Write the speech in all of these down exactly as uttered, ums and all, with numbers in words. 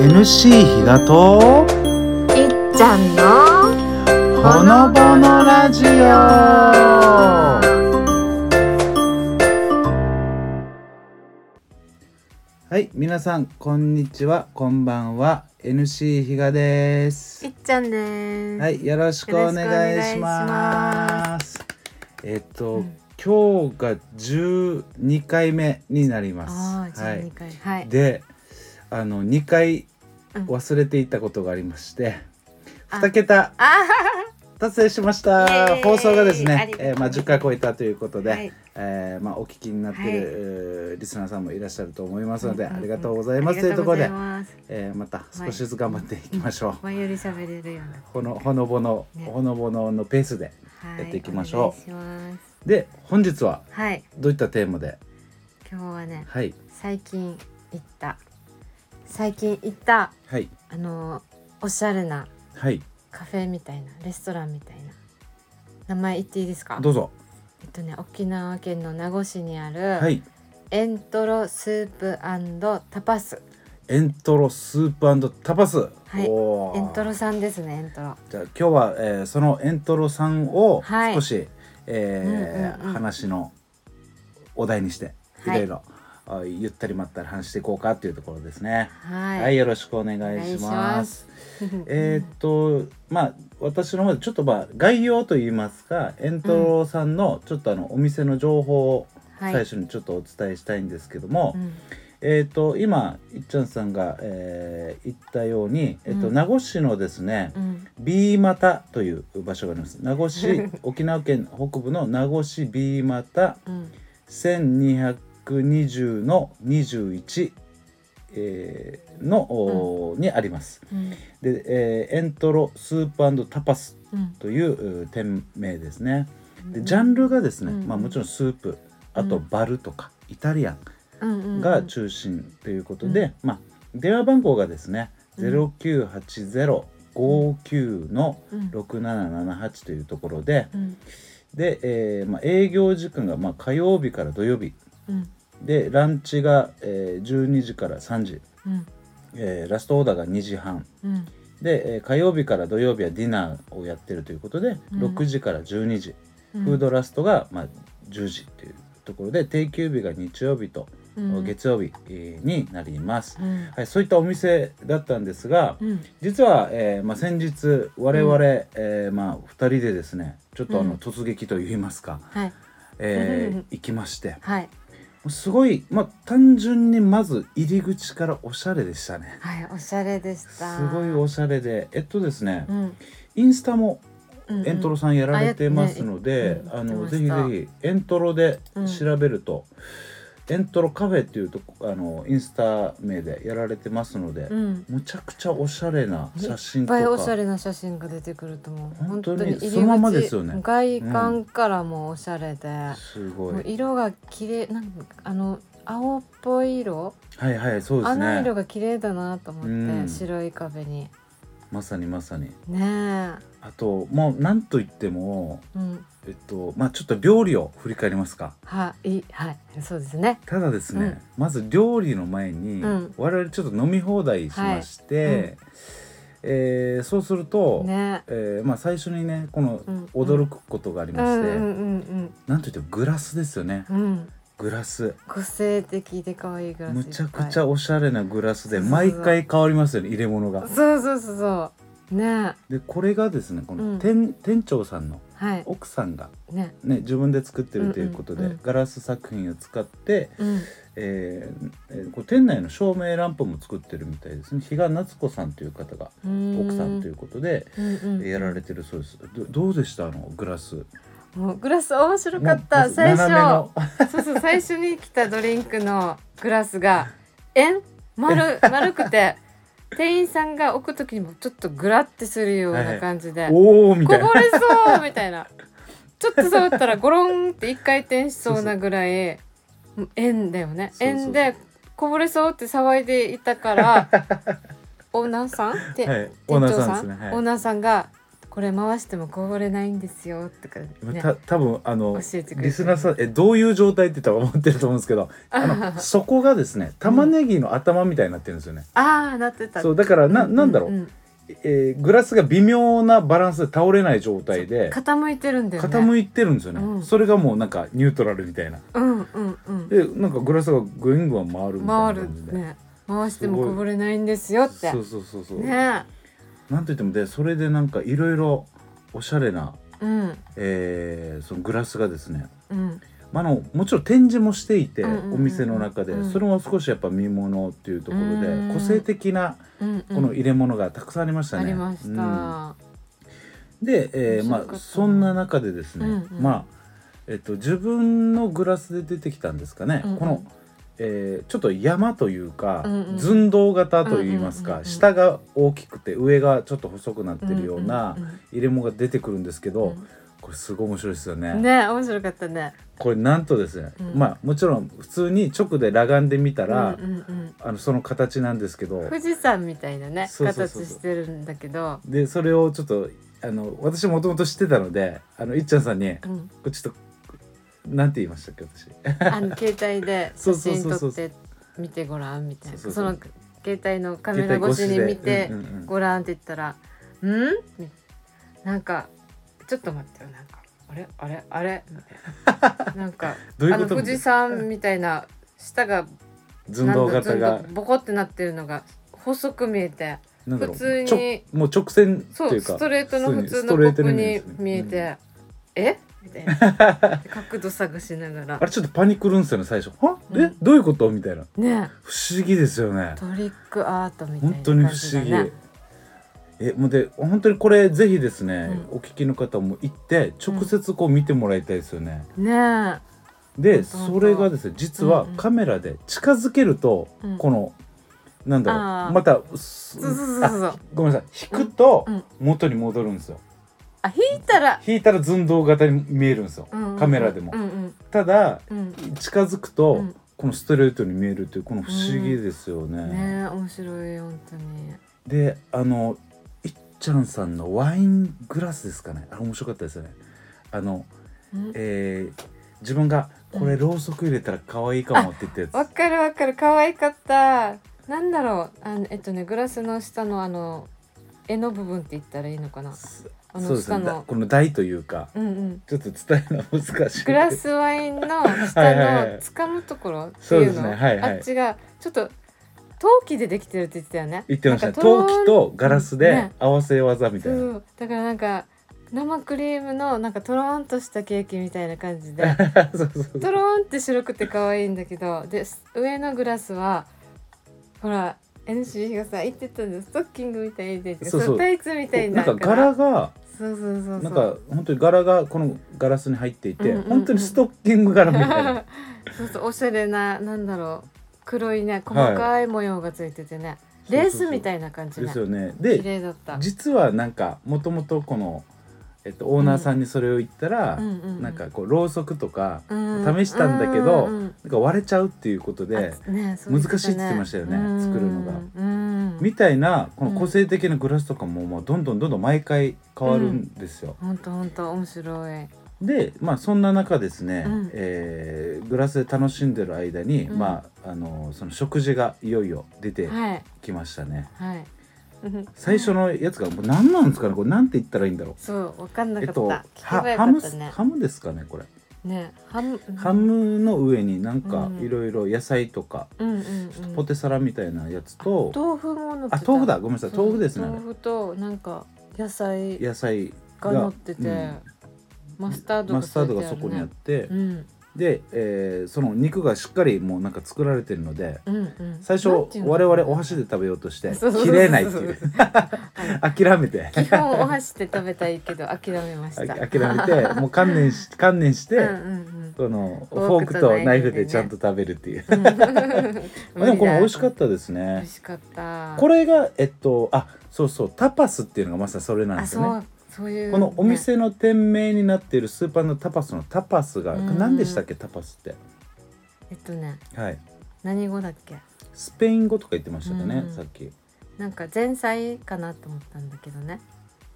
エヌシー 比嘉といっちゃんのほのぼのラジオ。はい、皆さんこんにちは、こんばんは。 エヌシー 比嘉です。 いっちゃんです。 はい、よろしくお願いします。えっと、うん、今日がじゅうにかいめになります。 あー、じゅうにかい、はい、 で、あのにかい忘れていたことがありまして、うん、に桁達成しました。放送がですね、えーまあ、じゅっかい超えたということで、はい、えーまあ、お聞きになっている、はい、リスナーさんもいらっしゃると思いますので、うんうんうん、ありがとうございますというところで、えー、また少しずつ頑張っていきましょう。 はい、前より喋れるようなほのほのぼの、ね、ほのぼののペースでやっていきましょう。 はい、お願いします。 で、本日はどういったテーマで、はい、 今日はね、 はい、 最近行った最近行った、 はい、 あのおしゃれなはいカフェみたいなレストランみたいな名前言っていいですか？ どうぞ。 えっとね、沖縄県の名護市にある、 はい、 エントロスープ&タパス。 エントロスープ&タパス。 はい、おエントロさんですね。エントロ。 じゃあ今日は、えー、そのエントロさんを少し、はい、えーうんうんうん、話のお題にしていろいろ、はい、ゆったりまったり話していこうかっていうところですね。 はい、 はい、よろしくお願いします。えっとまあ私の方でちょっとまあ概要といいますか、エントロさんのちょっとあのお店の情報を最初にちょっとお伝えしたいんですけども、はい、えっと今いっちゃんさんが、えー、言ったように、えっと、名護市のですね、うん、ビーマタという場所があります。名護市沖縄県北部の名護市ビーマタ、うん、せんにひゃくにじゅうのにじゅういち、えー、の、うん、にあります。うん、で、えー、エントロスープ&タパスという、うん、店名ですね。でジャンルがですね、うん、まあ、もちろんスープ、あとバルとかイタリアンが中心ということで、うん、まあ、電話番号がですね、ゼロきゅうはちゼロ ごきゅうのろくななななはちというところで、うん、で、えーまあ、営業時間がまあ火曜日から土曜日、うん、でランチが、えー、じゅうにじからさんじ、うん、えー、ラストオーダーがにじはん、うん、で、えー、火曜日から土曜日はディナーをやってるということで、うん、ろくじからじゅうにじ、うん、フードラストが、まあ、じゅうじというところで、定休日が日曜日と、うん、月曜日、えー、になります、うん、はい、そういったお店だったんですが、うん、実は、えーまあ、先日我々、うん、えーまあ、ふたりでですね、ちょっとあの、うん、突撃といいますか、はい、えー、行きまして、はい、すごい、まあ、単純にまず入り口からおしゃれでしたね。 はい、おしゃれでした。 すごいおしゃれで、えっとですね、うん、インスタもエントロさんやられてますので、うんうん、あね、あのぜひぜひエントロで調べると、うん、エントロカフェっていうとあのインスタ名でやられてますので、うん、むちゃくちゃおしゃれな写真とか、 いっぱいおしゃれな写真が出てくると思う。 本当にそのままですよね。 外観からもおしゃれで、うん、 すごい、 もう色が綺麗、なんかあの青っぽい色、 はいはい、そうですね、 あの色が綺麗だなと思って、うん、白い壁に、 まさにまさにねえ。 あともうなんといっても、うん、えっとまあちょっと料理を振り返りますか。 はい、はい、そうですね。 ただですね、うん、まず料理の前に、うん、我々ちょっと飲み放題しまして、はい、うん、えー、そうすると、ね、えーまあ、最初にねこの驚くことがありまして、なんといってもグラスですよね、うん、グラス、 個性的で可愛いグラス、 むちゃくちゃおしゃれなグラスで毎回変わりますよね、入れ物が。 そうそうそうそうね。 でこれがですね、この 店,、うん、店長さんの奥さんが、ねね、自分で作ってるということで、うんうんうん、ガラス作品を使って、うん、えーえー、こう店内の照明ランプも作ってるみたいですね。比嘉夏子さんという方が奥さんということで、うんうん、やられてるそうです。 ど, どうでしたあのグラス。 もうグラス面白かった。最初そうそう、最初に来たドリンクのグラスが円丸丸くて店員さんが置くときにもちょっとグラってするような感じで、はいはい、 おーみたいな、 こぼれそうみたいなちょっと触ったらゴロンって一回転しそうなぐらい円だよね。円でこぼれそうって騒いでいたからオーナーさんって、はい、店長さん、はい、オーナーさんがこれ回してもこぼれないんですよとかね、 た多分あの教えてくれてリスナーさんえどういう状態って多分思ってると思うんですけど、あのそこがですね玉ねぎの頭みたいになってるんですよね、 ああなってた。 そうだからな、なんだろう、 んんえーグラスが微妙なバランスで倒れない状態で傾いてるんだよね。 傾いてるんですよね、 うんそれがもうなんかニュートラルみたいなうんうんうんでなんかグラスがぐんぐん回るみたいな回る感じで、 ね、回してもこぼれないんですよってそうそうそうそう、 ね。 なんといってもでそれでなんかいろいろおしゃれな、 うんえーそのグラスがですね、 うんまあ、あのもちろん展示もしていて、 うんうんうんうんお店の中で、 うんそれも少しやっぱ見ものっていうところで、 うん個性的なうんうんこの入れ物がたくさんありましたね。 ありました、 うんで、えーまあ面白かったなそんな中でですね、 うんうんまあえっと自分のグラスで出てきたんですかね、 うんうんこの、えーちょっと山というか、 うんうん寸胴型といいますか、 うんうんうんうん下が大きくて上がちょっと細くなってるようなうんうんうん入れ物が出てくるんですけど、 うんこれすごい面白いですよね。 ね面白かったね。 これなんとですね、 うんまあもちろん普通に直で裸眼で見たら、 うんうんうんあのその形なんですけど、 富士山みたいなねそうそうそうそう形してるんだけど、 でそれをちょっとあの私もともと知ってたので、あのいっちゃんさんにこうん、 れちょっとなんて言いましたっけ私あの携帯でそう写そうそうそう真撮って見てごらんみたいな、 そうそうそうその携帯のカメラ越しに見てうんうんうんごらんって言ったら、んみなんかちょっと待ってよ、なんかあれあれあれみたいななんかどういうことあの富士山みたいな下が寸胴型なんがだずんとボコってなってるのが細く見えて、 なんだろう普通にちょもう直線ってそいううかストレートの普通のコストレートップにですね見えて、 うんえみたいな角度探しながらあれちょっとパニックるんですよね最初。はうんえどういうことみたいな。 ね不思議ですよね。 トリックアートみたいな本当に不思議。えもうで本当にこれぜひですね、 うお聞きの方も行って直接こう見てもらいたいですよね。 ねで本当それがですね実はうんうんカメラで近づけると、 うんこのなんだろあーうまたすそうそうそうそうあごめんなさい引くとうん元に戻るんですよ。 あ引いたら引いたら寸胴型に見えるんですよ、 うんうんうんカメラでも。 うんうんただうん近づくと、 うんこのストレートに見えるというこの不思議ですよね。 ね面白い本当に。 であのいっちゃんさんのワイングラスですかね、あ面白かったですよね。あの、 うんえー自分がこれろうそく入れたら可愛いかもって言ったやつ、 わかるわかる可愛かった。なんだろうあのえっとねグラスの下のあの絵の部分って言ったらいいのかな、あそうのですねだ下のこの台というかうんうんちょっと伝えるのは難しいグラスワインの下はいはいはいの掴むところってそうですいうのねはいはいあっちがちょっと陶器でできてるって言ってたよね。 言ってましたね。 なんかトローン陶器とガラスでね合わせ技みたいな、 そうだからなんか生クリームのなんかトローンとしたケーキみたいな感じでそうそうそうトローンって白くて可愛いんだけど、で上のグラスはほら エヌシー 比嘉さん言ってたんです、ストッキングみたいにそうそうタイツみたいななんか柄がそうそうそうそうなんか本当に柄がこのガラスに入っていて、 うんうんうん本当にストッキング柄みたいなそうそうおしゃれななんだろう黒いね細かい模様がついててね、レースみたいな感じねですよね。 綺で麗だった。 実はなんかもともとこの、えっと、オーナーさんにそれを言ったら、 うんうんうんなんかこうろうそくとかうん試したんだけど、 うんうんなんか割れちゃうっていうことで、 あねそう言ってたね難しいって言ってましたよねうん作るのがうんみたいなこの個性的なグラスとかも、まあ、どんどんどんどん毎回変わるんですよ。 ほんとほんと面白い。 でまあそんな中ですね、 うんえーグラスで楽しんでる間に、 うんまああのその食事がいよいよ出てはいきましたね。 はい最初のやつがもう何なんですかねこれなんて言ったらいいんだろう。 そう分かんなかった、 えっと、 聞けばよハハムかったねハムですかねこれ。 ねハムハムの上になんかうんいろいろ野菜とか、 うんうんうんポテサラみたいなやつと、 豆腐も乗ってた。 あ豆腐だごめんなさいそう豆腐ですね。 豆腐となんか野菜野菜がが乗ってて、 うんマスタードがマスタードがそ添えてあるねこにあって、 うんで、えーその肉がしっかりもうなんか作られてるので、 うんうん最初なんていうの我々お箸で食べようとしてそうそうそうそう切れないっていう諦めて基本お箸で食べたいけど諦めました。 あ諦めてもう観念し観念して、 うんうんこのフフォォークとークとナイフでねナイフでちゃんと食べるっていう。 うん。 まあでもこれ美味しかったです美ね味。しかった。 これがえっとあそうそうタパスっていうのがまさにそれなんあですよね。 そうそういう、ね、 このお店の店名になっているスーパーのタパスのタパスがうん何でしたっけタパスって。 えっとねはい。 何語だっけ。 スペイン語とか言ってましたかね、 うんさっき。 なんか前菜かなと思ったんだけどね。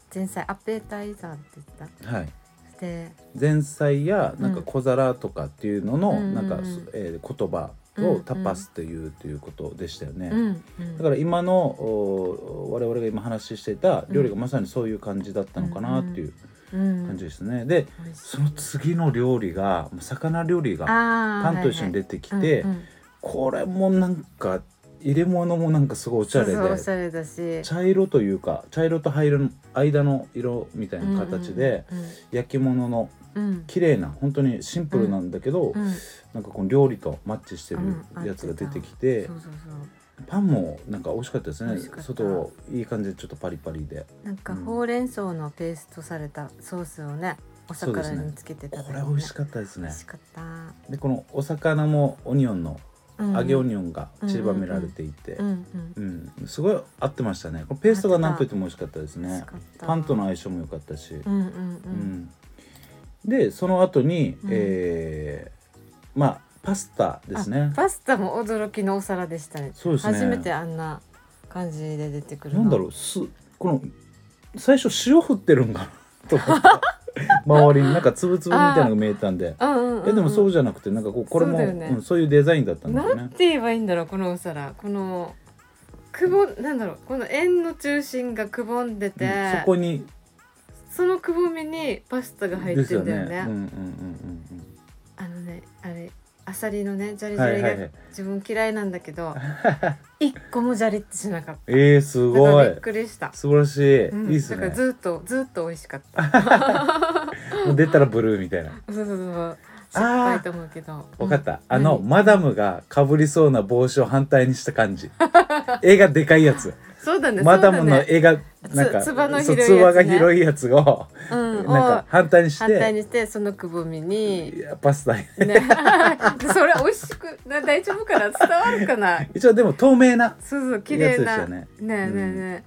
前菜アペタイザーって言った。 はいで前菜やなんか小皿とかっていうのの、 うんなんか、 うんえー言葉をタパスっていうということでしたよね、 うんうんだから今のお我々が今話していた料理がまさにそういう感じだったのかなっていううん感じですね。で美味しいその次の料理が魚料理があーパンと一緒に出てきて、 はいはいうんうんこれもなんか入れ物もなんかすごいおしゃれで、 そうそうおしゃれだし茶色というか茶色と灰色の間の色みたいな形で、 うんうん焼き物のうん綺麗な本当にシンプルなんだけど、 うんなんかこの料理とマッチしてるうんやつが出てきて、 そうそうそうパンもなんか美味しかったですね。 美味しかった外いい感じでちょっとパリパリで、 なんかうんほうれん草のペーストされたソースをねおそうですね魚につけて食べる、 これ美味しかったですね美味。しかったでこのお魚もオニオンのうん揚げオニオンが散りばめられていて、 うんうんうんすごい合ってましたね。このペーストが何といっても美味しかったですね美味しかったパンとの相性も良かったし、 うんうんううんんでその後に、 うんえーまあパスタですね。 パスタも驚きのお皿でしたね。 そうですね初めてあんな感じで出てくるの。 なんだろうすこの最初塩振ってるんかなと思った周りになんかつぶつぶみたいなのが見えたんで、 うんうんうんうん、 えでもそうじゃなくてなんかこうこれもそうだよねうん、そういうデザインだったんだよね。 なんて言えばいいんだろうこのお皿。このくぼなんだろうこの円の中心がくぼんでて、 うんそこにそのくぼみにパスタが入ってるんだよね。 ですよね。うんうんうんあのねあれアサリのねジャリうん。 ジャリがはいはいはい。 自分嫌いなんだけど、一個もジャリってしなかった。 えー、すだからごいびっくりした。 素晴らしい、 うんいいっすねだから。ずっとずっと美味しかった。 もう出たらブルーみたいな。 そうそうそう失敗と思うけど。 わかった。 うんあの何マダムがかぶりそうな帽子を反対にした感じ。絵がでかいやつ。 そうだね。 マダムそうだねの絵がなんかつつばのそう広いやつねつばが広いやつをうん、 なんか反対にし反対てにしてそのくぼみにいやパスタにねそれ美味しくな大丈夫かな伝わるかな一応でも透明なそうそう綺麗なやつでしたねねえねえね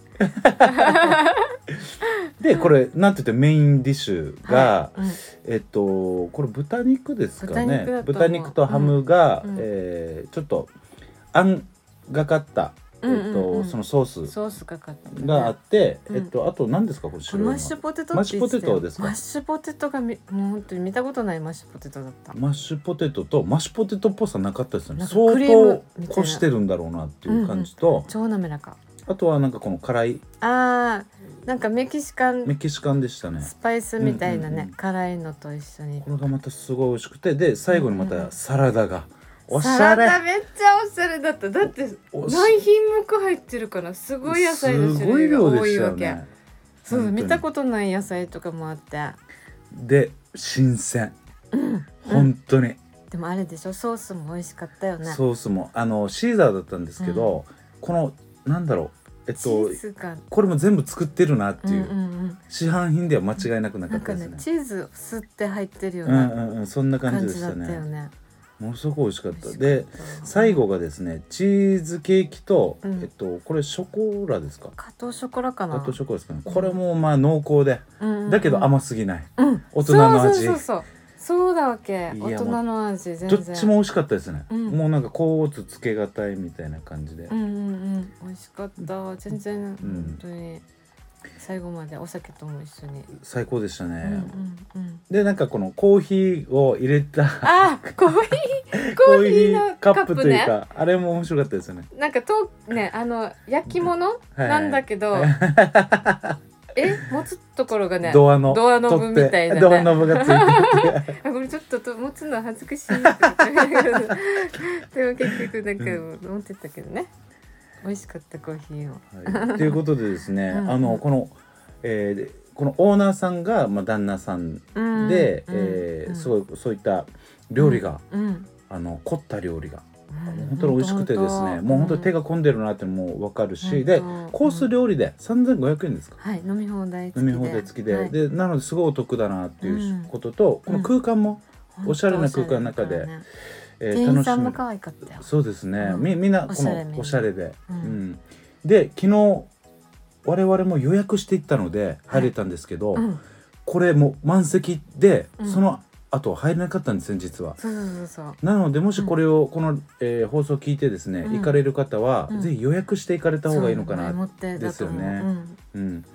でこれなんて言ってメインディッシュえ、 が、 はいうんえっとこれ豚肉ですかね。 豚肉だと思う豚肉とハムが、 うんうんえーちょっとあんがかった、 うんうんうんえっとそのソースソースかかってるねがあって、 うんえっとあと何ですかこれこ白いのはれマッシュポテトマッシュポって言ってたよテトですかマッシュポテトがみもう本当に見たことないマッシュポテトだったマッシュポテトとマッシュポテトっぽさなかったですよね。 なんか相クリーム当みたいなこしてるんだろうなっていう感じと、 超滑らかあとはなんかこの辛いあーなんかメキシカンメキシカンでしたね。 スパイスみたいなね、 うんうんうん辛いのと一緒にこれがまたすごい美味しくて、で最後にまうんうんうんたサラダがおしゃサラれ。 ダめっちゃおしゃれだっただっておし何品目入ってるかなすごい野菜のすごい種類が量でし多いわけ、 たよね。 そう本当に見たことない野菜とかもあってで新鮮、本当にでもあれでしょソースも美味しかったよねソースもあのシーザーだったんですけど、このなんだろうえっチとーズがこれも全部作ってるなっていう、 うんうんうん市販品では間違いなくなかなんかったですね。 ねチーズ吸って入ってるよううんなうんうんそんな感感じだじでしたね。 ったよねものすごく美味しかった。 美味しかったで最後がですねチーズケーキと、 うんえっとこれショコラですか？ ガトーショコラかなガトーショコラですかね。これもまあ濃厚で、 うんうんうんだけど甘すぎない。 うん大人の味。 そうそうそうそうそうだわけいや大人の味全然どっちも美味しかったですね。 うんもうなんか甲乙つけがたいみたいな感じで。 うんうんうん美味しかった全然、 ん本当に最後までお酒とも一緒に、 最高でしたね。 うんうんうん、 でなんかこのコーヒーを入れたあコーヒーコーヒーのカップというねかあれも面白かったですよね。 なんかとねあの焼き物はいなんだけど、え持つところがねドアのドアノブみたいなね取ってドアノブがついててあこれちょっとと持つの恥ずかしいとか言ってでも結局なんか持ってったけどね美味しかったコーヒーをはい、ということでですねうんうんあのこの、えーでこのオーナーさんが、まあ、旦那さんで、 うんえーうんすごいそういった料理が、 うんうんあの凝った料理が、 うん本当に美味しくてですねもう本当に手が込んでるなってもう分かるし、 うんで本当コース料理でさんぜんごひゃくえんですか、 はい飲み放題付きで飲み放題付きで、 はいでなのですごいお得だなっていううんことと、この空間も、 本当おしゃれな空間の中でおしゃれだからねえー店員さんも楽し可愛かったよみそうですね、 うんみみんなこおしゃれめのおしゃれで、 うんうんで昨日我々も予約していったので入れたんですけど、 うんこれもう満席で、 うんその後入れなかったんですね実は。 そうそうそうそうなのでもしこれを、この、えー放送を聞いてですね、 うん行かれる方は、 うんぜひ予約して行かれた方がいいのかな、 そう前もってだと思うですよねうんうん、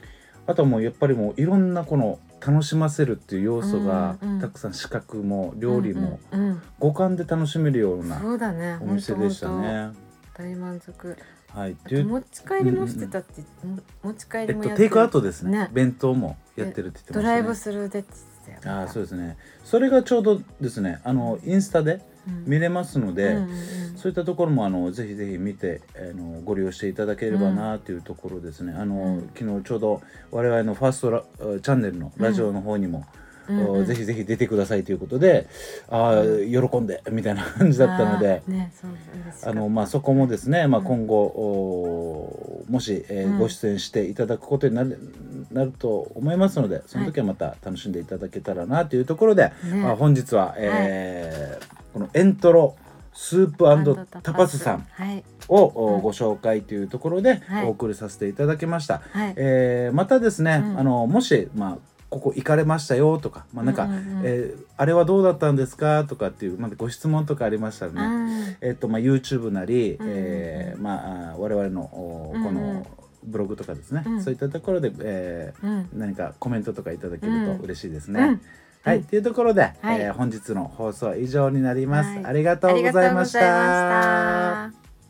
あとはもうやっぱりもういろんなこの楽しませるっていう要素がうんうんたくさん、視覚も料理もうんうんうん、 五感で楽しめるようなそうだね、 お店でしたね。 大満足。 はい、 あと持ち帰りもしてたって、うんうん、持ち帰りもやってる、 えっと、テイクアウトですね、 ね、 弁当もやってるって言ってましたね。 ドライブスルーでって言ってたよ。 ああ、そうですね。それがちょうどですね、あのインスタで見れますので、うんうんうん、そういったところもあのぜひぜひ見てあのご利用していただければなというところですね。あの、うん、昨日ちょうど我々のファーストラチャンネルのラジオの方にも、うんうん、ぜひぜひ出てくださいということで、ああ、うん、喜んでみたいな感じだったので、ね、そうあのまあそこもですね、まあ、今後、うん、もし、えー、ご出演していただくことになる、なると思いますので、その時はまた楽しんでいただけたらなというところで、はい、まあ、本日は、えーはい、このエントロスープ&タパスさんをご紹介というところでお送りさせていただきました。はい、えー、またですね、うん、あのもし、まあここ行かれましたよとか、まあなんか、うんうん、えー、あれはどうだったんですかとかっていう、まあ、ご質問とかありましたらね、えっとまあ YouTube なり、うんうん、えー、まあ我々のこのブログとかですね、うん、そういったところで、えーうん、何かコメントとかいただけると嬉しいですね。うんうん、はい、というところで、はい、えー、本日の放送は以上になります。はい、ありがとうございました。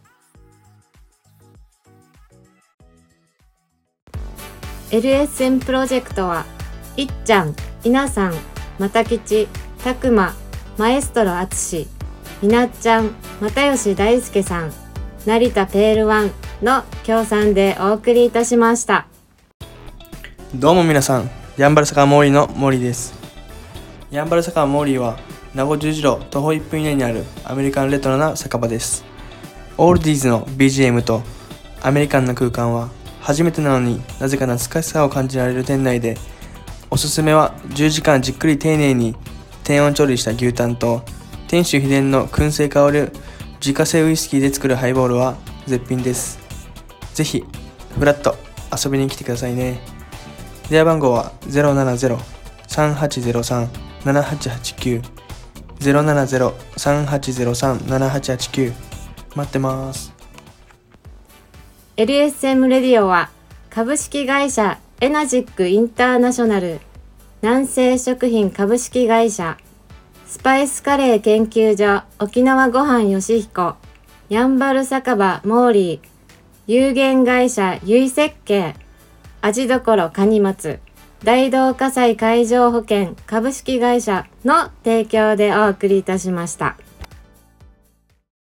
エルエスエム プロジェクトはいっちゃん、いなさん、またきち、たくま、マエストロあつし、みなっちゃん、またよし大輔さん、成田ペールワンの協賛でお送りいたしました。 どうも皆さん、やんばる坂モーリーの森です。やんばる坂モーリーは名護十字路徒歩いっぷん以内にあるアメリカンレトロな酒場です。オールディーズの ビージーエム とアメリカンな空間は初めてなのになぜか懐かしさを感じられる店内で、おすすめはじゅうじかんじっくり丁寧に低温調理した牛タンと店主秘伝の燻製香る自家製ウイスキーで作るハイボールは絶品です。ぜひフラッと遊びに来てくださいね。電話番号は ゼロななゼロ さんはちゼロさん ななはちはちきゅう ゼロななゼロ さんはちゼロさん ななはちはちきゅう 待ってます。 エルエスエム レディオは株式会社エナジックインターナショナル、南西食品株式会社、スパイスカレー研究所沖縄ごはんよしひこ、やんばる酒場モーリー、有限会社ゆい設計、味どころかに松、大同火災海上保険株式会社の提供でお送りいたしました。